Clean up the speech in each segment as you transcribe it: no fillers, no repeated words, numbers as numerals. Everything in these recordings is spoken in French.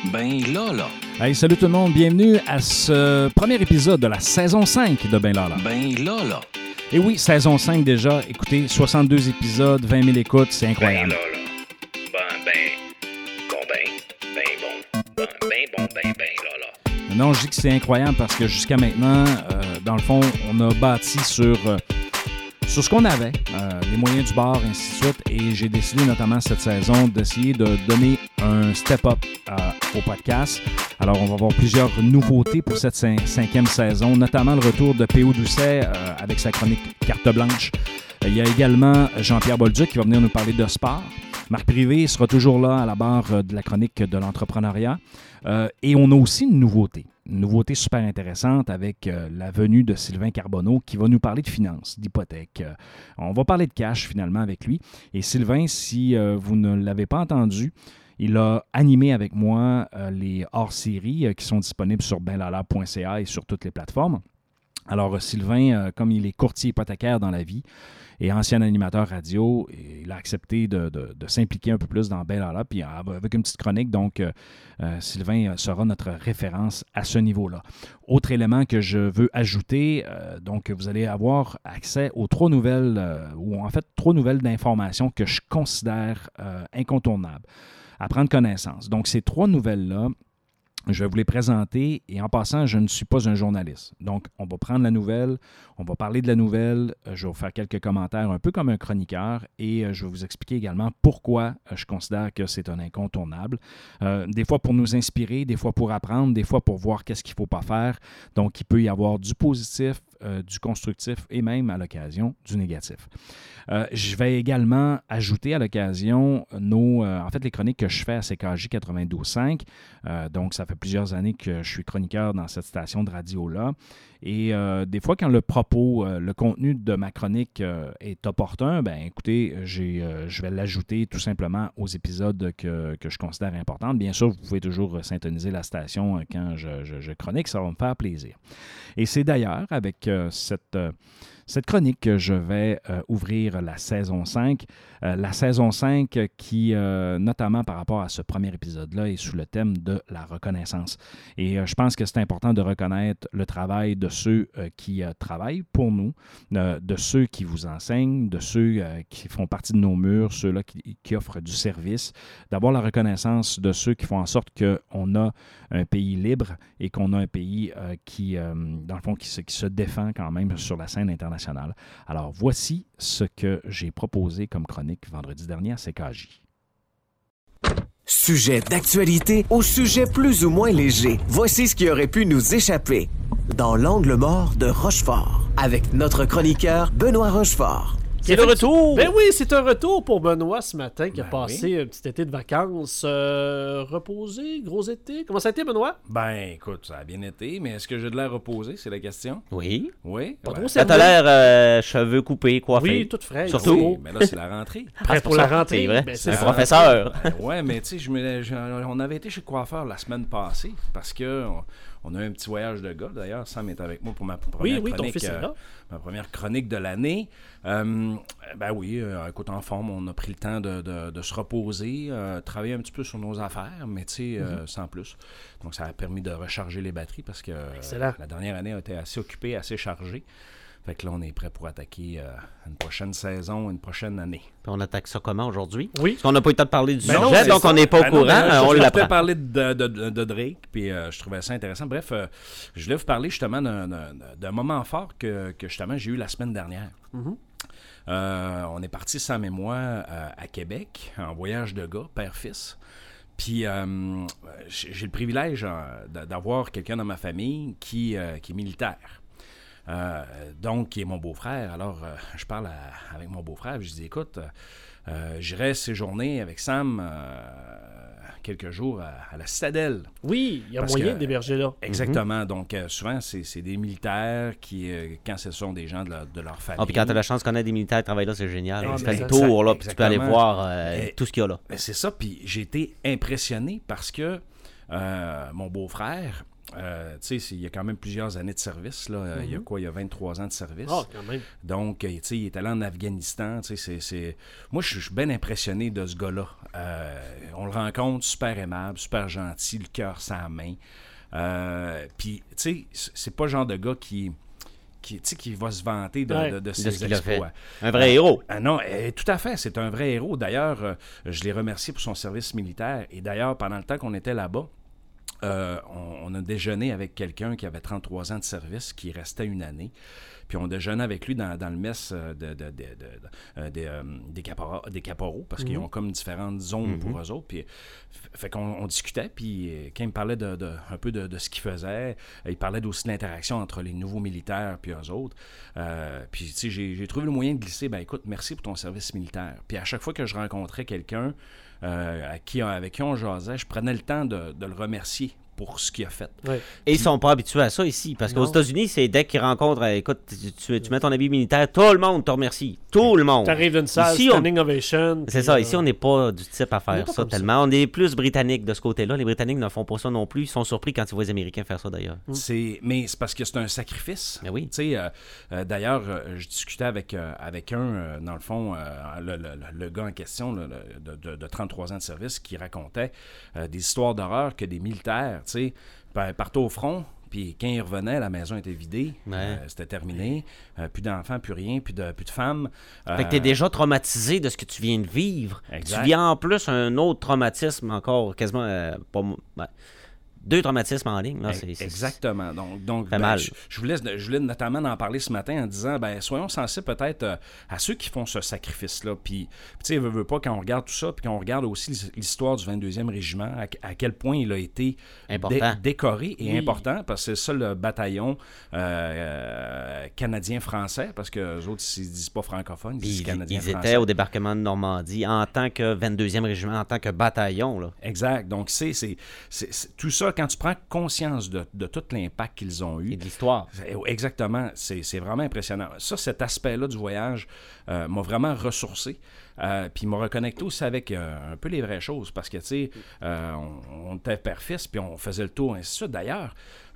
Ben là. Hey, salut tout le monde, bienvenue à ce premier épisode de la saison 5 de Ben là. Ben là. Et oui, saison 5 déjà, écoutez, 62 épisodes, 20 000 écoutes, c'est incroyable. Ben là. Non, je dis que c'est incroyable parce que jusqu'à maintenant, dans le fond, on a bâti sur ce qu'on avait, les moyens du bord, ainsi de suite, et j'ai décidé notamment cette saison d'essayer de donner un step-up au podcast. Alors, on va avoir plusieurs nouveautés pour cette cinquième saison, notamment le retour de P.O. Doucet avec sa chronique Carte blanche. Il y a également Jean-Pierre Bolduc qui va venir nous parler de sport. Marc Privé sera toujours là à la barre de la chronique de l'entrepreneuriat. Et on a aussi une nouveauté super intéressante avec la venue de Sylvain Carbonneau qui va nous parler de finances, d'hypothèques. On va parler de cash finalement avec lui. Et Sylvain, si vous ne l'avez pas entendu, il a animé avec moi les hors-séries qui sont disponibles sur benlala.ca et sur toutes les plateformes. Alors Sylvain, comme il est courtier hypothécaire dans la vie, et ancien animateur radio, il a accepté de s'impliquer un peu plus dans Ben Lala, puis avec une petite chronique. Donc, Sylvain sera notre référence à ce niveau-là. Autre élément que je veux ajouter, donc vous allez avoir accès aux trois nouvelles d'informations que je considère incontournables à prendre connaissance. Donc, ces trois nouvelles-là, je vais vous les présenter et en passant, je ne suis pas un journaliste. Donc, on va prendre la nouvelle, on va parler de la nouvelle, je vais vous faire quelques commentaires un peu comme un chroniqueur et je vais vous expliquer également pourquoi je considère que c'est un incontournable. Des fois pour nous inspirer, des fois pour apprendre, des fois pour voir qu'est-ce qu'il ne faut pas faire. Donc, il peut y avoir du positif, du constructif et même à l'occasion du négatif. Je vais également ajouter à l'occasion les chroniques que je fais à CKJ 92.5. Donc, ça fait plusieurs années que je suis chroniqueur dans cette station de radio-là. Et des fois, quand le propos, le contenu de ma chronique est opportun, ben écoutez, je vais l'ajouter tout simplement aux épisodes que je considère importants. Bien sûr, vous pouvez toujours syntoniser la station quand je chronique, ça va me faire plaisir. Et c'est d'ailleurs avec cette chronique que je vais ouvrir la saison 5. La saison 5 qui, notamment par rapport à ce premier épisode-là, est sous le thème de la reconnaissance. Et je pense que c'est important de reconnaître le travail de ceux qui travaillent pour nous, de ceux qui vous enseignent, de ceux qui font partie de nos murs, ceux-là qui offrent du service, d'avoir la reconnaissance de ceux qui font en sorte qu'on a un pays libre et qu'on a un pays qui se défend quand même sur la scène internationale. Alors, voici ce que j'ai proposé comme chronique vendredi dernier à CKJ. Sujet d'actualité au sujet plus ou moins léger. Voici ce qui aurait pu nous échapper. Dans l'angle mort de Rochefort, avec notre chroniqueur Benoît Rochefort. C'est le retour! Ben oui, c'est un retour pour Benoît ce matin qui a passé oui. un petit été de vacances reposé, gros été. Comment ça a été, Benoît? Ben, écoute, ça a bien été, mais est-ce que j'ai de l'air reposé, c'est la question? Oui. Oui? Pas trop Ça sérieux. t'a l'air cheveux coupés, coiffés. Oui, toute fraîche. Surtout. Oui, mais là, c'est la rentrée. Prêt pour la rentrée. C'est vrai. Ben, C'est un ça. professeur. Ouais, mais tu sais, on avait été chez le coiffeur la semaine passée parce que on a eu un petit voyage de gars. D'ailleurs, Sam est avec moi pour ma première Oui, ton chronique. fils est là. Ma première chronique de l'année. Écoute, en forme, on a pris le temps de se reposer, travailler un petit peu sur nos affaires, mais tu sais, sans plus. Donc, ça a permis de recharger les batteries parce que la dernière année a été assez occupée, assez chargée. Fait que là, on est prêt pour attaquer une prochaine saison, une prochaine année. Puis on attaque ça comment aujourd'hui? Oui. Parce qu'on n'a pas eu le temps de parler du Ben non, sujet, c'est donc ça. on n'est pas au courant. On Je l'apprend. voulais parler de Drake, puis je trouvais ça intéressant. Bref, je voulais vous parler justement d'un moment fort que justement j'ai eu la semaine dernière. On est parti, Sam et moi, à Québec, en voyage de gars, père-fils. Puis j'ai le privilège d'avoir quelqu'un dans ma famille qui est militaire. Donc, qui est mon beau-frère. Alors, je parle avec mon beau-frère, je dis, écoute, j'irai séjourner avec Sam quelques jours à la Citadelle. Oui, il y a moyen d'héberger là. Exactement. Donc, souvent, c'est des militaires qui, quand ce sont des gens de leur famille... Ah, puis quand tu as la chance de connaître des militaires qui travaillent là, c'est génial. Tu fais le Exact- tour, là, puis tu peux aller exactement. voir tout ce qu'il y a là. C'est ça, puis j'ai été impressionné parce que mon beau-frère, il y a quand même plusieurs années de service. Là. Il y a quoi? Il y a 23 ans de service. Ah, quand même. Donc, il est allé en Afghanistan. Moi, je suis bien impressionné de ce gars-là. On le rencontre, super aimable, super gentil, le cœur sur la main. Puis, tu sais, c'est pas le genre de gars qui va se vanter de ses exploits. Un vrai héros. Non, tout à fait, c'est un vrai héros. D'ailleurs, je l'ai remercié pour son service militaire. Et d'ailleurs, pendant le temps qu'on était là-bas, on a déjeuné avec quelqu'un qui avait 33 ans de service, qui restait une année. Puis on déjeunait avec lui dans le mess des caporaux, parce qu'ils ont comme différentes zones pour eux autres. Puis, fait qu'on discutait, puis quand il me parlait un peu de ce qu'il faisait, il parlait aussi de l'interaction entre les nouveaux militaires puis eux autres. Puis, tu sais, j'ai trouvé le moyen de glisser, écoute, merci pour ton service militaire. Puis à chaque fois que je rencontrais quelqu'un avec qui on jasait, je prenais le temps de le remercier pour ce qu'il a fait. Ouais. Et ils sont pas habitués à ça ici. Parce qu'aux États-Unis, c'est dès qu'ils rencontrent, écoute, tu mets ton habit militaire, tout le monde te remercie. Tout le monde. T'arrives d'une salle, Ici, standing ovation. C'est ça. Ici, on n'est pas du type à faire ça comme tellement. On est plus britanniques de ce côté-là. Les Britanniques ne font pas ça non plus. Ils sont surpris quand ils voient les Américains faire ça, d'ailleurs. Mais c'est parce que c'est un sacrifice. Mais oui. D'ailleurs, je discutais avec un, dans le fond, le gars en question de 33 ans de service qui racontait des histoires d'horreur que des militaires, partaient au front, puis quand ils revenaient, la maison était vidée, c'était terminé, plus d'enfants, plus rien, plus de femmes. Fait que t'es déjà traumatisé de ce que tu viens de vivre. Exact. Tu viens en plus un autre traumatisme encore, quasiment, deux traumatismes en ligne. Là, Exactement. Donc mal. Je voulais notamment en parler ce matin en disant, soyons sensibles peut-être à ceux qui font ce sacrifice-là. Puis, tu sais, veut pas, quand on regarde tout ça, puis qu'on regarde aussi l'histoire du 22e régiment, à quel point il a été décoré et important, parce que c'est ça le bataillon canadien-français, parce que les autres, ils disent pas francophone, ils disent canadien-français. Ils étaient au débarquement de Normandie en tant que 22e régiment, en tant que bataillon. Là. Exact. Donc, c'est tout ça, quand tu prends conscience de tout l'impact qu'ils ont eu. Et de l'histoire. Exactement. C'est vraiment impressionnant. Ça, cet aspect-là du voyage m'a vraiment ressourcé. Puis il m'a reconnecté aussi avec un peu les vraies choses. Parce que, tu sais, on était père-fils, puis on faisait le tour, ainsi de suite. D'ailleurs,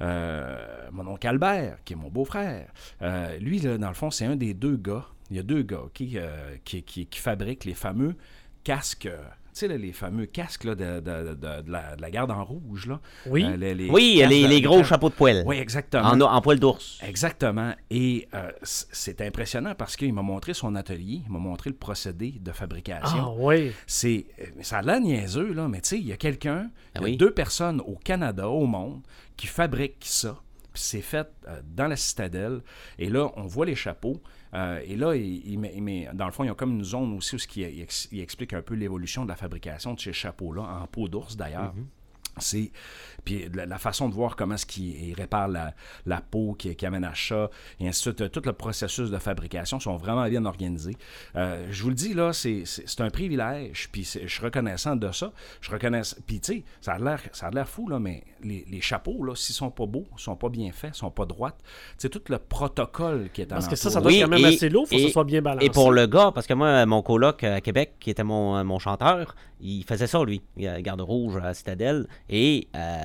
mon oncle Albert, qui est mon beau-frère, lui, là, dans le fond, c'est un des deux gars. Il y a deux gars qui fabriquent les fameux casques. Tu sais, les fameux casques là, de la garde en rouge. Là. Oui. Les gros chapeaux de poêle. Oui, exactement. En poêle d'ours. Exactement. Et c'est impressionnant parce qu'il m'a montré son atelier, il m'a montré le procédé de fabrication. Ah oui. Ça a l'air niaiseux, là, mais tu sais, il y a quelqu'un, deux personnes au Canada, au monde, qui fabriquent ça. Puis c'est fait dans la citadelle. Et là, on voit les chapeaux. Et là, dans le fond, il y a comme une zone aussi où il explique un peu l'évolution de la fabrication de ces chapeaux-là, en peau d'ours d'ailleurs. Mm-hmm. Puis la façon de voir comment est-ce qu'il répare la peau qui amène à ça, et ainsi de suite. Tout le processus de fabrication sont vraiment bien organisés. Je vous le dis, là, c'est un privilège, puis je suis reconnaissant de ça. Puis, tu sais, ça a l'air fou, là, mais les chapeaux, là, s'ils sont pas beaux, sont pas bien faits, sont pas droits, c'est tout le protocole qui est en Parce que ça doit être quand même assez lourd, il faut que ce soit bien balancé. Et pour le gars, parce que moi, mon coloc à Québec, qui était mon chanteur, il faisait ça, lui. Il garde rouge à la Citadelle. Et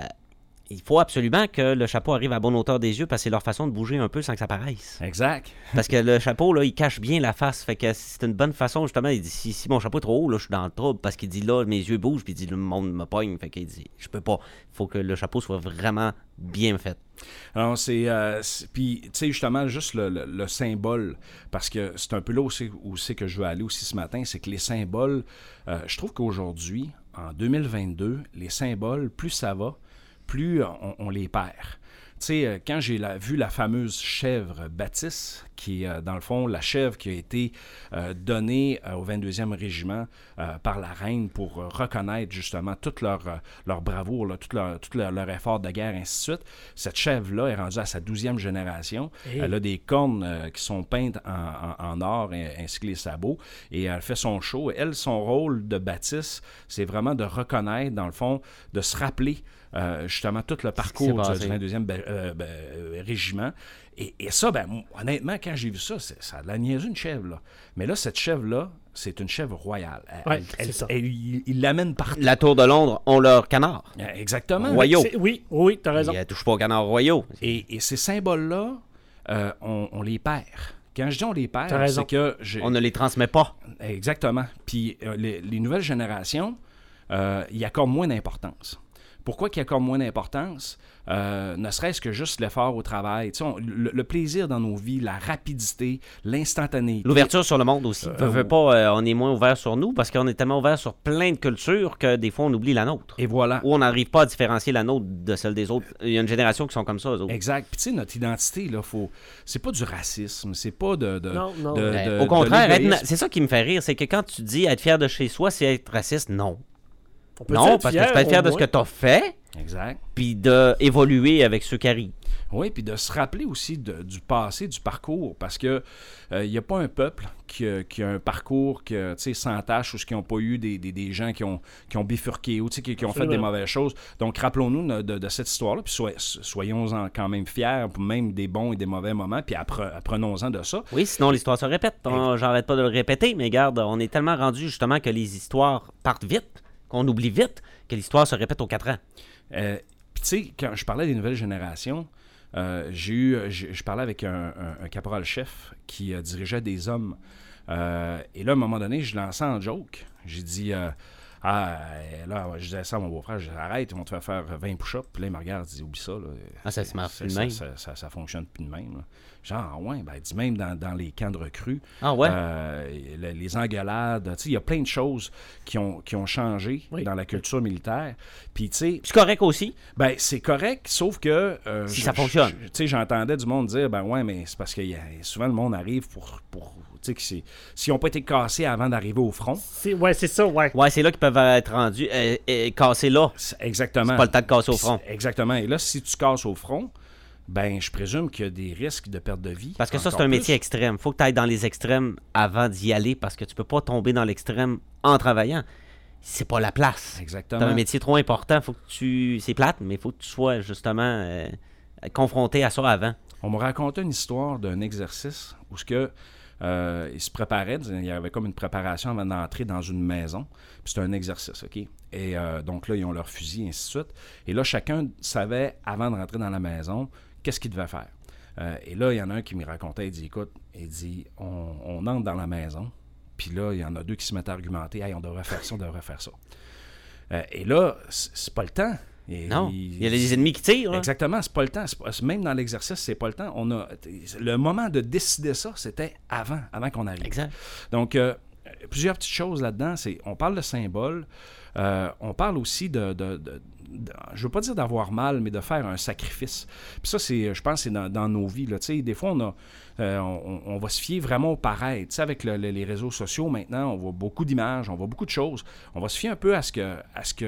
il faut absolument que le chapeau arrive à bonne hauteur des yeux parce que c'est leur façon de bouger un peu sans que ça paraisse. Exact. Parce que le chapeau, là, il cache bien la face. Fait que c'est une bonne façon, justement. Il dit, si mon chapeau est trop haut, là, je suis dans le trouble. Parce qu'il dit, là, mes yeux bougent, puis il dit, le monde me pogne. Fait qu'il dit, je peux pas. Il faut que le chapeau soit vraiment bien fait. Alors, puis, tu sais, justement, juste le symbole, parce que c'est un peu là où c'est que je veux aller aussi ce matin, c'est que les symboles, je trouve qu'aujourd'hui, en 2022, les symboles, plus ça va, plus on les perd. Tu sais, quand j'ai vu la fameuse chèvre bâtisse, qui est, dans le fond, la chèvre qui a été donnée au 22e régiment par la reine pour reconnaître, justement, toute leur bravoure, là, tout leur effort de guerre, ainsi de suite. Cette chèvre-là est rendue à sa 12e génération. Hey. Elle a des cornes qui sont peintes en or, ainsi que les sabots, et elle fait son show. Elle, son rôle de bâtisse, c'est vraiment de reconnaître, dans le fond, de se rappeler justement tout le parcours du 22e régiment. Et ça, honnêtement, quand j'ai vu ça, ça a de la niaiserie, une chèvre, là. Mais là, cette chèvre-là, c'est une chèvre royale. Ouais, c'est ça. Il l'amène partout. La Tour de Londres ont leur canard. Exactement. Royaux. Oui, t'as raison. Ils ne touchent pas aux canards royaux. Et ces symboles-là, on les perd. Quand je dis on les T'as perd, raison. c'est que... On ne les transmet pas. Exactement. Puis les nouvelles générations, y accordent moins d'importance. Pourquoi qu'ils accordent moins d'importance? Ne serait-ce que juste l'effort au travail. Tu sais, le plaisir dans nos vies, la rapidité, l'instantanéité. L'ouverture sur le monde aussi. On est moins ouvert sur nous parce qu'on est tellement ouvert sur plein de cultures que des fois on oublie la nôtre. Et voilà. Ou on n'arrive pas à différencier la nôtre de celle des autres. Il y a une génération qui sont comme ça, eux autres. Exact. Puis tu sais, notre identité, là, c'est pas du racisme, c'est pas de Non. Au contraire, de l'égoïsme. c'est ça qui me fait rire, c'est que quand tu dis être fier de chez soi, c'est être raciste, non. On peut Non, être parce que tu peux être fier de ce que tu as fait, Exact. puis d'évoluer avec ceux qui arrivent. Oui, puis de se rappeler aussi du passé, du parcours, parce que il n'y a pas un peuple qui a un parcours sans tâche ou qui n'ont pas eu des gens qui ont bifurqué ou qui ont fait des mauvaises choses. Donc, rappelons-nous de cette histoire-là, puis soyons-en quand même fiers, même des bons et des mauvais moments, puis apprenons-en de ça. Oui, sinon l'histoire se répète. J'arrête pas de le répéter, mais regarde, on est tellement rendu justement que les histoires partent vite, qu'on oublie vite, que l'histoire se répète aux 4 ans. Puis tu sais, quand je parlais des nouvelles générations, je parlais avec un caporal-chef qui dirigeait des hommes. Et là, à un moment donné, je lançais en joke. J'ai dit, là, je disais ça à mon beau-frère, je dis, arrête, ils vont te faire 20 push-ups. Puis là, il me regarde, il dit, oublie ça. Là. Ça se marche plus de même. Ça fonctionne plus de même. Là. Genre, ouais, ben, dis même dans les camps de recrues. Ah ouais? Les engueulades, tu sais, il y a plein de choses qui ont changé dans la culture militaire. Puis, tu sais. C'est correct aussi. Ben, c'est correct, sauf que. Si ça fonctionne. Tu sais, j'entendais du monde dire, ben, ouais, mais c'est parce que souvent le monde arrive pour tu sais, s'ils n'ont pas été cassés avant d'arriver au front. C'est ça, ouais. Ouais, c'est là qu'ils peuvent être rendus cassés là. Exactement. C'est pas le temps de casser au front. Exactement. Et là, si tu casses au front, ben, je présume qu'il y a des risques de perte de vie. Parce que ça, c'est un métier extrême. Il faut que tu ailles dans les extrêmes avant d'y aller parce que tu peux pas tomber dans l'extrême en travaillant. C'est pas la place. Exactement. T'as un métier trop important. Faut que c'est plate, mais il faut que tu sois justement confronté à ça avant. On m'a raconté une histoire d'un exercice où ils se préparaient, il y avait comme une préparation avant d'entrer dans une maison. Puis c'était un exercice, OK? Et donc là, ils ont leur fusil, et ainsi de suite. Et là, chacun savait, avant de rentrer dans la maison, qu'est-ce qu'il devait faire. Et là, il y en a un qui me racontait, il dit, on entre dans la maison, puis là, il y en a deux qui se mettent à argumenter, hey, on devrait faire ça, on devrait faire ça. Et là, c'est pas le temps. Non, il y a les ennemis qui tirent. Là. Exactement, c'est pas le temps. Même dans l'exercice, c'est pas le temps. Le moment de décider ça, c'était avant qu'on arrive. Exact. Donc, plusieurs petites choses là-dedans. On parle de symboles. On parle aussi je veux pas dire d'avoir mal, mais de faire un sacrifice. Puis ça, je pense que c'est dans nos vies. Là. Des fois, on va se fier vraiment au paraître. Avec les réseaux sociaux, maintenant, on voit beaucoup d'images, on voit beaucoup de choses. On va se fier un peu à ce que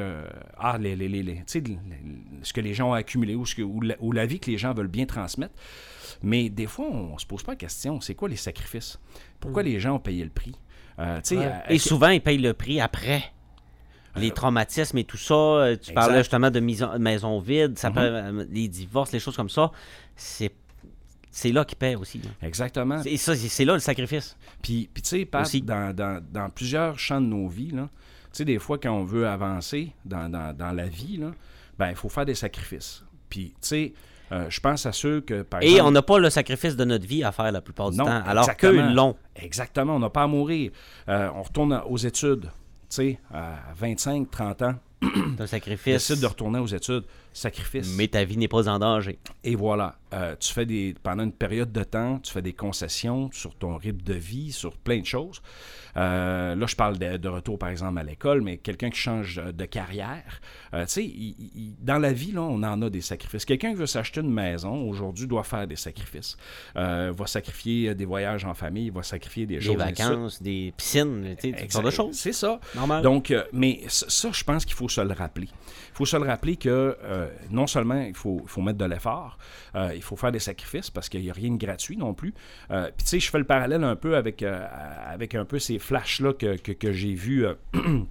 les gens ont accumulé ou la vie que les gens veulent bien transmettre. Mais des fois, on se pose pas la question, c'est quoi les sacrifices? Pourquoi les gens ont payé le prix? Et souvent, ils payent le prix après. Les traumatismes et tout ça, tu parlais justement de maison vide, ça peut, les divorces, les choses comme ça, c'est là qu'ils paient aussi. Là. Exactement. Et ça, c'est là le sacrifice. Puis tu sais, Pat, dans plusieurs champs de nos vies, tu sais, des fois, quand on veut avancer dans la vie, ben, il faut faire des sacrifices. Puis, tu sais, je pense à ceux que, par exemple... Et on n'a pas le sacrifice de notre vie à faire la plupart du temps, alors qu'eux l'ont. Exactement, on n'a pas à mourir. On retourne aux études. Tu sais, à 25, 30 ans, un sacrifice. Décide de retourner aux études. Sacrifice. Mais ta vie n'est pas en danger. Et voilà. Tu fais pendant une période de temps, tu fais des concessions sur ton rythme de vie, sur plein de choses. Là, je parle de retour, par exemple, à l'école, mais quelqu'un qui change de carrière. Tu sais, dans la vie, là, on en a des sacrifices. Quelqu'un qui veut s'acheter une maison, aujourd'hui, doit faire des sacrifices. Va sacrifier des voyages en famille, va sacrifier des choses. Des vacances, des piscines, tu sais, toutes sortes de choses. C'est ça. Normal. Donc, mais ça, je pense qu'il faut se le rappeler. Il faut se le rappeler que non seulement il faut mettre de l'effort, il faut faire des sacrifices parce qu'il n'y a rien de gratuit non plus. Puis tu sais, je fais le parallèle un peu avec un peu ces flashs-là que j'ai vus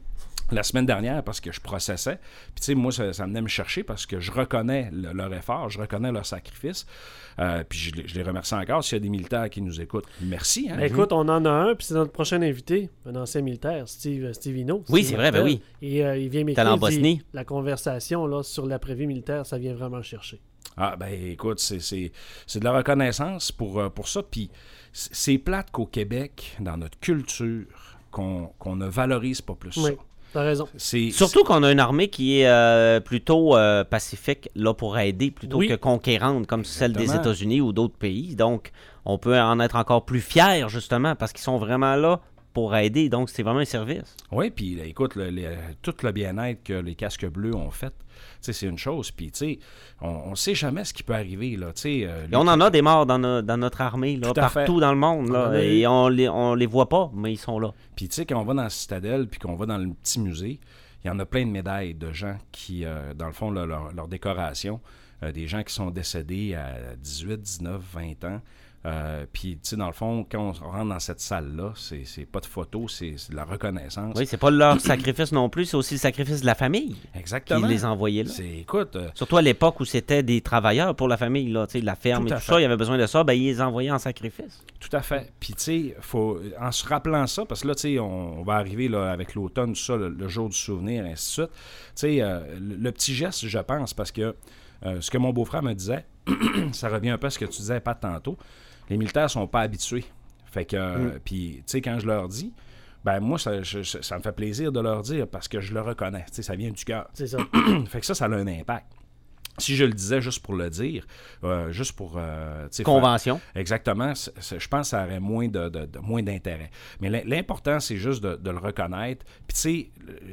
la semaine dernière parce que je processais. Puis, tu sais, moi, ça venait me chercher parce que je reconnais leur effort, je reconnais leur sacrifice. Puis, je les remercie encore s'il y a des militaires qui nous écoutent. Merci. Hein, Écoute, on en a un, puis c'est notre prochain invité, un ancien militaire, Steve Hino. Oui, c'est vrai, ben oui. Et il vient m'écrire. T'es en Bosnie. La conversation là, sur l'après-vie militaire, ça vient vraiment le chercher. Ah, ben écoute, c'est de la reconnaissance pour ça. Puis, c'est plate qu'au Québec, dans notre culture, qu'on ne valorise pas plus Oui. ça. T'as raison. Surtout qu'on a une armée qui est plutôt pacifique, là pour aider, plutôt Oui. que conquérante, comme celle des Exactement. États-Unis ou d'autres pays. Donc, on peut en être encore plus fiers, justement, parce qu'ils sont vraiment là pour aider. Donc, c'est vraiment un service. Oui, puis là, écoute, tout le bien-être que les casques bleus ont fait, tu sais, c'est une chose. Puis, tu sais, on ne sait jamais ce qui peut arriver, là, tu sais. Et on en a des morts dans notre armée, là, Tout à fait. partout dans le monde. Là, On en a eu. et on les voit pas, mais ils sont là. Puis, tu sais, quand on va dans la citadelle, puis qu'on va dans le petit musée, il y en a plein de médailles de gens qui, dans le fond, là, leur décoration, des gens qui sont décédés à 18, 19, 20 ans. Puis, tu sais, dans le fond, quand on rentre dans cette salle-là, c'est pas de photos, c'est de la reconnaissance. Oui, c'est pas leur sacrifice non plus, c'est aussi le sacrifice de la famille qui Exactement. les envoyait là. Écoute, Surtout à l'époque où c'était des travailleurs pour la famille, là, tu sais, la ferme Tout et à tout fait. ça, il y avait besoin de ça, ben ils les envoyaient en sacrifice. tout à fait. Puis, tu sais, en se rappelant ça, parce que là, tu sais, on va arriver là, avec l'automne, tout ça, le jour du souvenir, et ainsi de suite. Tu sais, le petit geste, je pense, parce que ce que mon beau-frère me disait, ça revient un peu à ce que tu disais, Pat, tantôt. Les militaires sont pas habitués. Fait que, puis, tu sais, quand je leur dis, ben moi, ça me fait plaisir de leur dire parce que je le reconnais. Tu sais, ça vient du cœur. C'est ça. Fait que ça a un impact. Si je le disais juste pour le dire, juste pour... tu sais, Convention. exactement. Je pense que ça aurait moins moins d'intérêt. Mais l'important, c'est juste de le reconnaître. Puis, tu sais,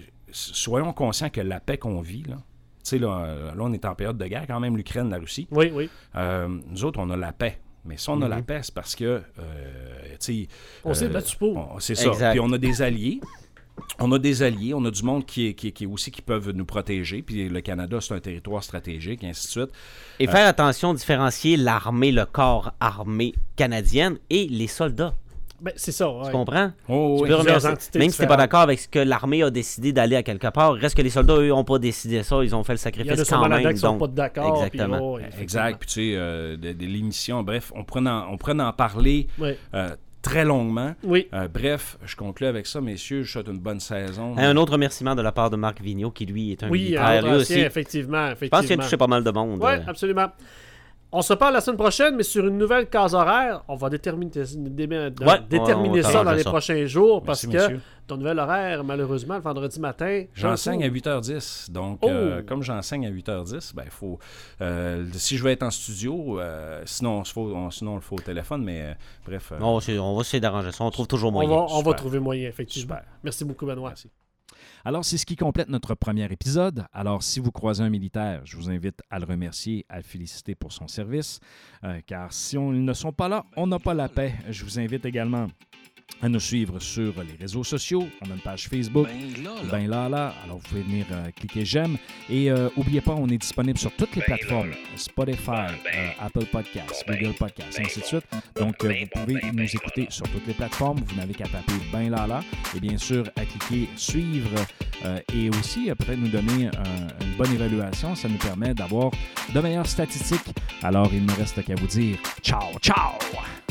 soyons conscients que la paix qu'on vit, là, tu sais, là, on est en période de guerre, quand même, l'Ukraine, la Russie. Oui, oui. Nous autres, on a la paix. Mais si on a la paix, c'est parce que, tu sais... On s'est battu pour. C'est ça. Exact. Puis on a des alliés. On a du monde qui aussi qui peuvent nous protéger. Puis le Canada, c'est un territoire stratégique, et ainsi de suite. Et faire attention, différencier l'armée, le corps armé canadienne et les soldats. Ben, c'est ça. Ouais. Tu comprends? Oh, Tu oui. peux Plusieurs remercier- entités même si tu n'es pas différentes. d'accord avec ce que l'armée a décidé d'aller à quelque part, reste que les soldats, eux, n'ont pas décidé ça. Ils ont fait le Il y en a sacrifice sûrement quand là-dedans même. qui sont Donc, pas d'accord. exactement. Puis, oh, effectivement. Exact. Puis tu sais, l'émission, bref, on pourrait en parler Oui. très longuement. Oui. Bref, je conclue avec ça, messieurs. Je souhaite une bonne saison. Un autre remerciement de la part de Marc Vigneault, qui lui est un Oui, militaire, un lui autre aussi. ancien, effectivement. Je pense qu'il a touché pas mal de monde. Oui, absolument. On se parle la semaine prochaine, mais sur une nouvelle case horaire. On va déterminer on ça va dans les ça. prochains jours parce Merci, que messieurs. ton nouvel horaire, malheureusement, le vendredi matin. J'enseigne à 8h10. Donc, Oh! comme j'enseigne à 8h10, ben, faut, si je veux être en studio, sinon, on le fait au téléphone, mais bref. On va essayer d'arranger ça. On trouve toujours On moyen. va, on va Super. trouver moyen, effectivement. Super. Merci beaucoup, Benoît. Merci. Alors, c'est ce qui complète notre premier épisode. Alors, si vous croisez un militaire, je vous invite à le remercier, à le féliciter pour son service, car si ils ne sont pas là, on n'a pas la paix. Je vous invite également à nous suivre sur les réseaux sociaux. On a une page Facebook. Ben là. Alors, vous pouvez venir cliquer j'aime. Et n'oubliez pas, on est disponible sur toutes les plateformes. Spotify, Apple Podcasts, Google Podcasts, ainsi de suite. Donc, vous pouvez nous écouter sur toutes les plateformes. Vous n'avez qu'à taper Ben là. Et bien sûr, à cliquer suivre et aussi peut-être nous donner une bonne évaluation. Ça nous permet d'avoir de meilleures statistiques. Alors, il ne me reste qu'à vous dire ciao, ciao!